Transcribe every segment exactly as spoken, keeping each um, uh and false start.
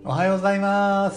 おはようございます。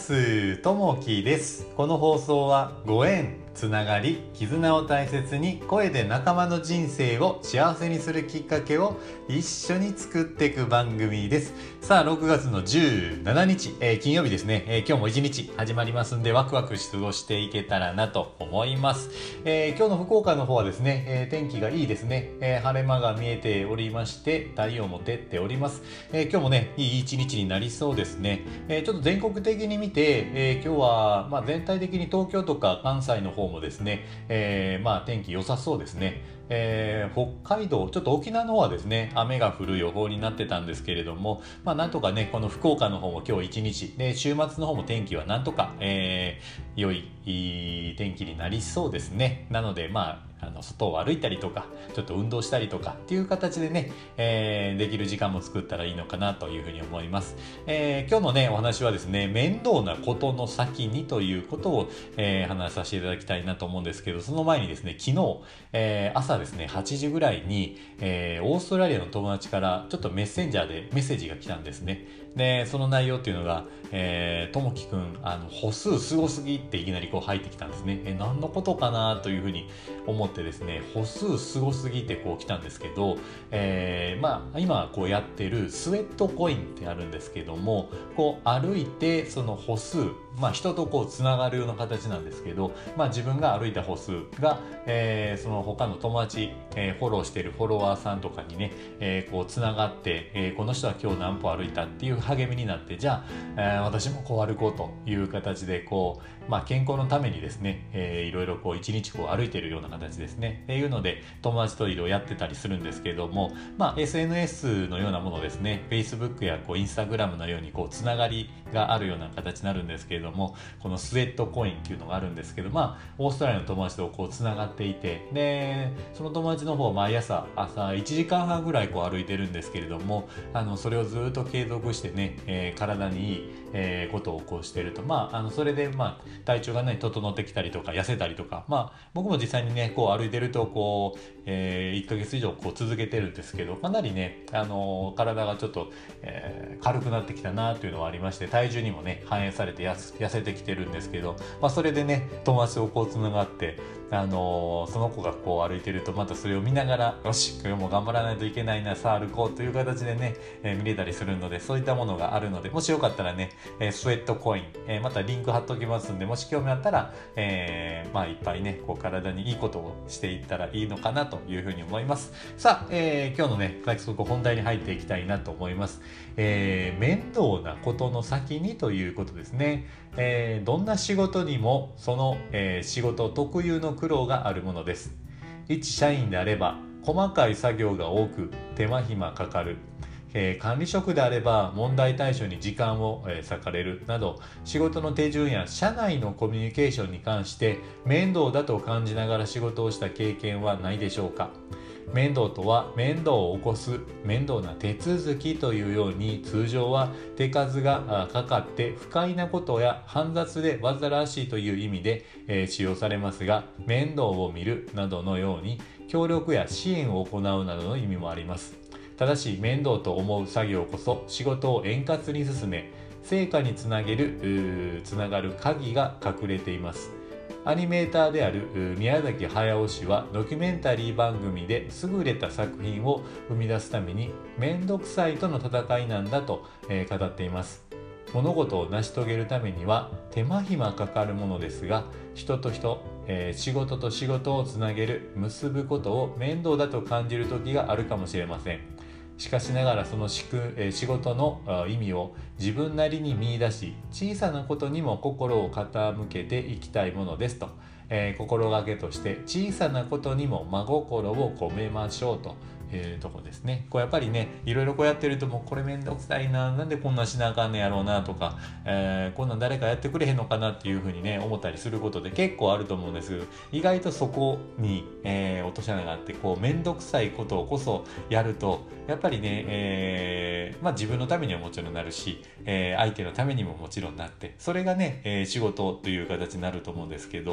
ともきです。この放送はご縁、つながり、絆を大切に声で仲間の人生を幸せにするきっかけを一緒に作っていく番組です。さあろくがつのじゅうしちにち、えー、金曜日ですね、えー、今日も一日始まりますんでワクワク過ごしていけたらなと思います。えー、今日の福岡の方はですね、えー、天気がいいですね、えー、晴れ間が見えておりまして太陽も照っております。えー、今日もねいい一日になりそうですね。えー、ちょっと全国的に見て、えー、今日は、まあ、全体的に東京とか関西の方もですね、えー、まあ天気良さそうですね。えー、北海道、ちょっと沖縄の方はですね雨が降る予報になってたんですけれども、まあなんとかねこの福岡の方も今日一日で、週末の方も天気はなんとか、えー、良い、いい天気になりそうですね。なのでまああの外を歩いたりとかちょっと運動したりとかっていう形でね、えー、できる時間も作ったらいいのかなというふうに思います。えー、今日のねお話はですね、面倒なことの先にということを、えー、話させていただきたいなと思うんですけど、その前にですね昨日、えー、朝ですねはちじぐらいに、えー、オーストラリアの友達からちょっとメッセンジャーでメッセージが来たんですね。でその内容っていうのが、えー、ともきくんあの歩数すごすぎっていきなりこう入ってきたんですね。え何のことかなというふうに思ってですね、歩数すごすぎてこう来たんですけど、えー、まあ今こうやってるスウェットコインってあるんですけども、こう歩いてその歩数、まあ人とこうつながるような形なんですけど、まあ自分が歩いた歩数が、えー、その他の友達、えー、フォローしているフォロワーさんとかにね、えー、こうつながって、えー、この人は今日何歩歩いたっていう励みになって、じゃあ、えー、私もこう歩こうという形でこう、まあ健康のためにですね、えー、いろいろこう一日こう歩いているような形ですねっていうので友達といろいろやってたりするんですけれども、まあ エスエヌエス のようなものですね、 Facebook やこう Instagram のようにこうつながりがあるような形になるんですけれども、このスウェットコインっていうのがあるんですけど、まあオーストラリアの友達とこうつながっていて、でその友達の方は毎朝朝いちじかんはんぐらいこう歩いてるんですけれども、あのそれをずっと継続してね、えー、体にいい、えー、ことをこうしてると、まああのそれでまあ体調がね整ってきたりとか痩せたりとか、まあ僕も実際にねこう歩いてるとこう、えー、いっかげつ以上こう続けてるんですけど、かなりね、あのー、体がちょっと、えー、軽くなってきたなというのはありまして、体重にもね反映されてやす痩せてきてるんですけど、まあ、それでね友達とこうつながって、あのー、その子がこう歩いてるとまたそれを見ながら、よし今日も頑張らないといけないな、さあ歩こうという形でね、えー、見れたりするので、そういったものがあるので、もしよかったらね、えー、スウェットコイン、えー、またリンク貼っときますんで、もし興味あったら、えー、まあいっぱいねこう体にいいことをしていったらいいのかなというふうに思います。さあ、えー、今日のね早速本題に入っていきたいなと思います。えー、面倒なことの先にということですね。えー、どんな仕事にもその、えー、仕事特有の苦労があるものです。一社員であれば細かい作業が多く手間暇かかる、えー、管理職であれば問題対処に時間を、えー、割かれるなど、仕事の手順や社内のコミュニケーションに関して面倒だと感じながら仕事をした経験はないでしょうか。面倒とは面倒を起こす、面倒な手続きというように、通常は手数がかかって不快なことや煩雑で煩わしいという意味で、えー、使用されますが、面倒を見るなどのように協力や支援を行うなどの意味もあります。ただし面倒と思う作業こそ仕事を円滑に進め成果につなげるつながる鍵が隠れています。アニメーターである宮崎駿氏はドキュメンタリー番組で優れた作品を生み出すために面倒くさいとの戦いなんだと語っています。物事を成し遂げるためには手間暇かかるものですが、人と人、えー、仕事と仕事をつなげる結ぶことを面倒だと感じる時があるかもしれません。しかしながらその仕事の意味を自分なりに見出し、小さなことにも心を傾けていきたいものですと、えー、心がけとして小さなことにも真心を込めましょうというとこですね。こうやっぱりねいろいろこうやってると、もうこれめんどくさいな、なんでこんなしなあかんねやろうなとか、えー、こんなん誰かやってくれへんのかなっていうふうにね思ったりすることで結構あると思うんですけど、意外とそこに、えー、落とし穴があって、こうめんどくさいことをこそやるとやっぱりね、えーまあ、自分のためにはもちろんなるし、えー、相手のためにももちろんなって、それがね、えー、仕事という形になると思うんですけど、ま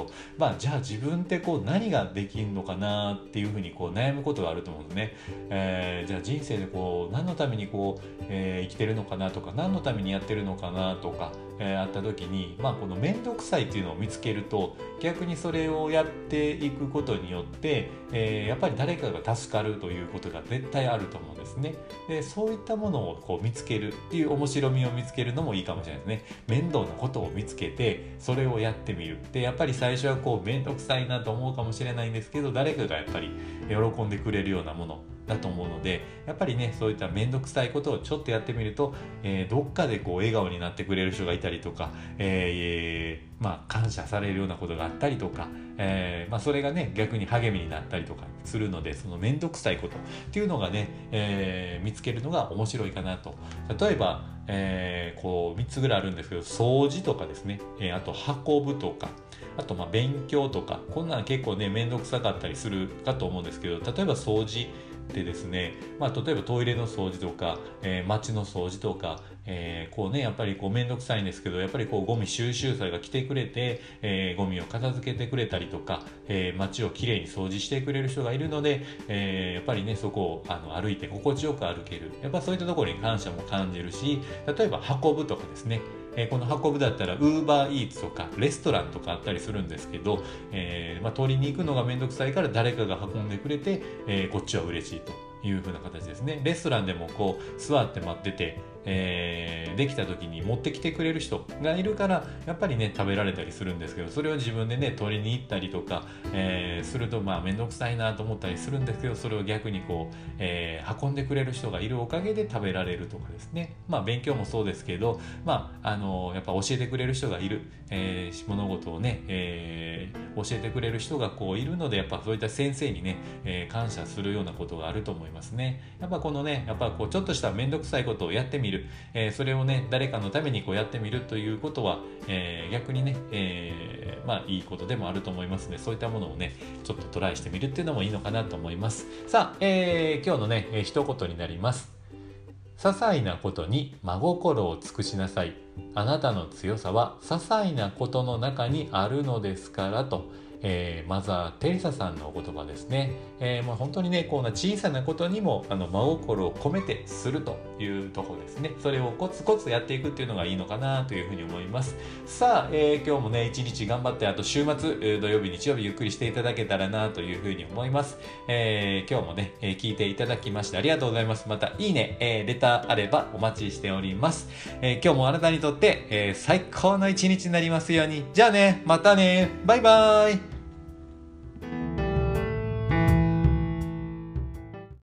まあじゃあ自分ってこう何ができるのかなっていうふうにこう悩むことがあると思うんですね。えー、じゃあ人生でこう何のためにこう、えー、生きてるのかなとか、何のためにやってるのかなとか、えー、あった時に、まあこの面倒くさいっていうのを見つけると、逆にそれをやっていくことによって、えー、やっぱり誰かが助かるということが絶対あると思うんですね。でそういったものをこう見つけるっていう面白みを見つけるのもいいかもしれないですね。面倒なことを見つけてそれをやってみる。でやっぱり最初はこう面倒くさいなと思うかもしれないんですけど、誰かがやっぱり喜んでくれるようなものだと思うので、やっぱりねそういった面倒くさいことをちょっとやってみると、えー、どっかでこう笑顔になってくれる人がいたりとか、えー、まあ感謝されるようなことがあったりとか、えーまあ、それがね逆に励みになったりとかするので、その面倒くさいことっていうのがね、えー、見つけるのが面白いかなと。例えば、えー、こうみっつぐらいあるんですけど、掃除とかですね、えー、あと運ぶとか、あとまあ勉強とか、こんなん結構ね面倒くさかったりするかと思うんですけど、例えば掃除でですね、まあ、例えばトイレの掃除とか、えー、街の掃除とか、えー、こうねやっぱりこう面倒くさいんですけど、やっぱりこうゴミ収集車が来てくれて、えー、ゴミを片付けてくれたりとか、えー、街をきれいに掃除してくれる人がいるので、えー、やっぱりねそこをあの歩いて心地よく歩ける、やっぱそういったところに感謝も感じるし、例えば運ぶとかですね、えー、この運ぶだったら UberEats とかレストランとかあったりするんですけど、えーまあ、取りに行くのがめんどくさいから誰かが運んでくれて、えー、こっちは嬉しいという風な形ですね。レストランでもこう座って待ってて、えー、できた時に持ってきてくれる人がいるからやっぱりね食べられたりするんですけど、それを自分でね取りに行ったりとか、えー、するとまあ面倒くさいなと思ったりするんですけど、それを逆にこう、えー、運んでくれる人がいるおかげで食べられるとかですね。まあ勉強もそうですけど、まああのやっぱ教えてくれる人がいる、えー、物事をね、えー、教えてくれる人がこういるので、やっぱそういった先生にね、えー、感謝するようなことがあると思いますね。やっぱこのねやっぱこうちょっとした面倒くさいことをやってみる、えー、それをね誰かのためにこうやってみるということは、えー、逆にね、えー、まあいいことでもあると思いますので、そういったものをねちょっとトライしてみるっていうのもいいのかなと思います。さあ、えー、今日のね、えー、一言になります。些細なことに真心を尽くしなさい。あなたの強さは些細なことの中にあるのですからと、えー、マザー・テレサさんのお言葉ですね。えー、まあ、本当にねこんな小さなことにもあの真心を込めてするというところですね。それをコツコツやっていくっていうのがいいのかなというふうに思います。さあ、えー、今日もね一日頑張って、あと週末土曜日日曜日ゆっくりしていただけたらなというふうに思います。えー、今日もね、えー、聞いていただきましてありがとうございます。またいいね、えー、レターあればお待ちしております。えー、今日もあなたにとって、えー、最高の一日になりますように。じゃあね、またね、バイバイ。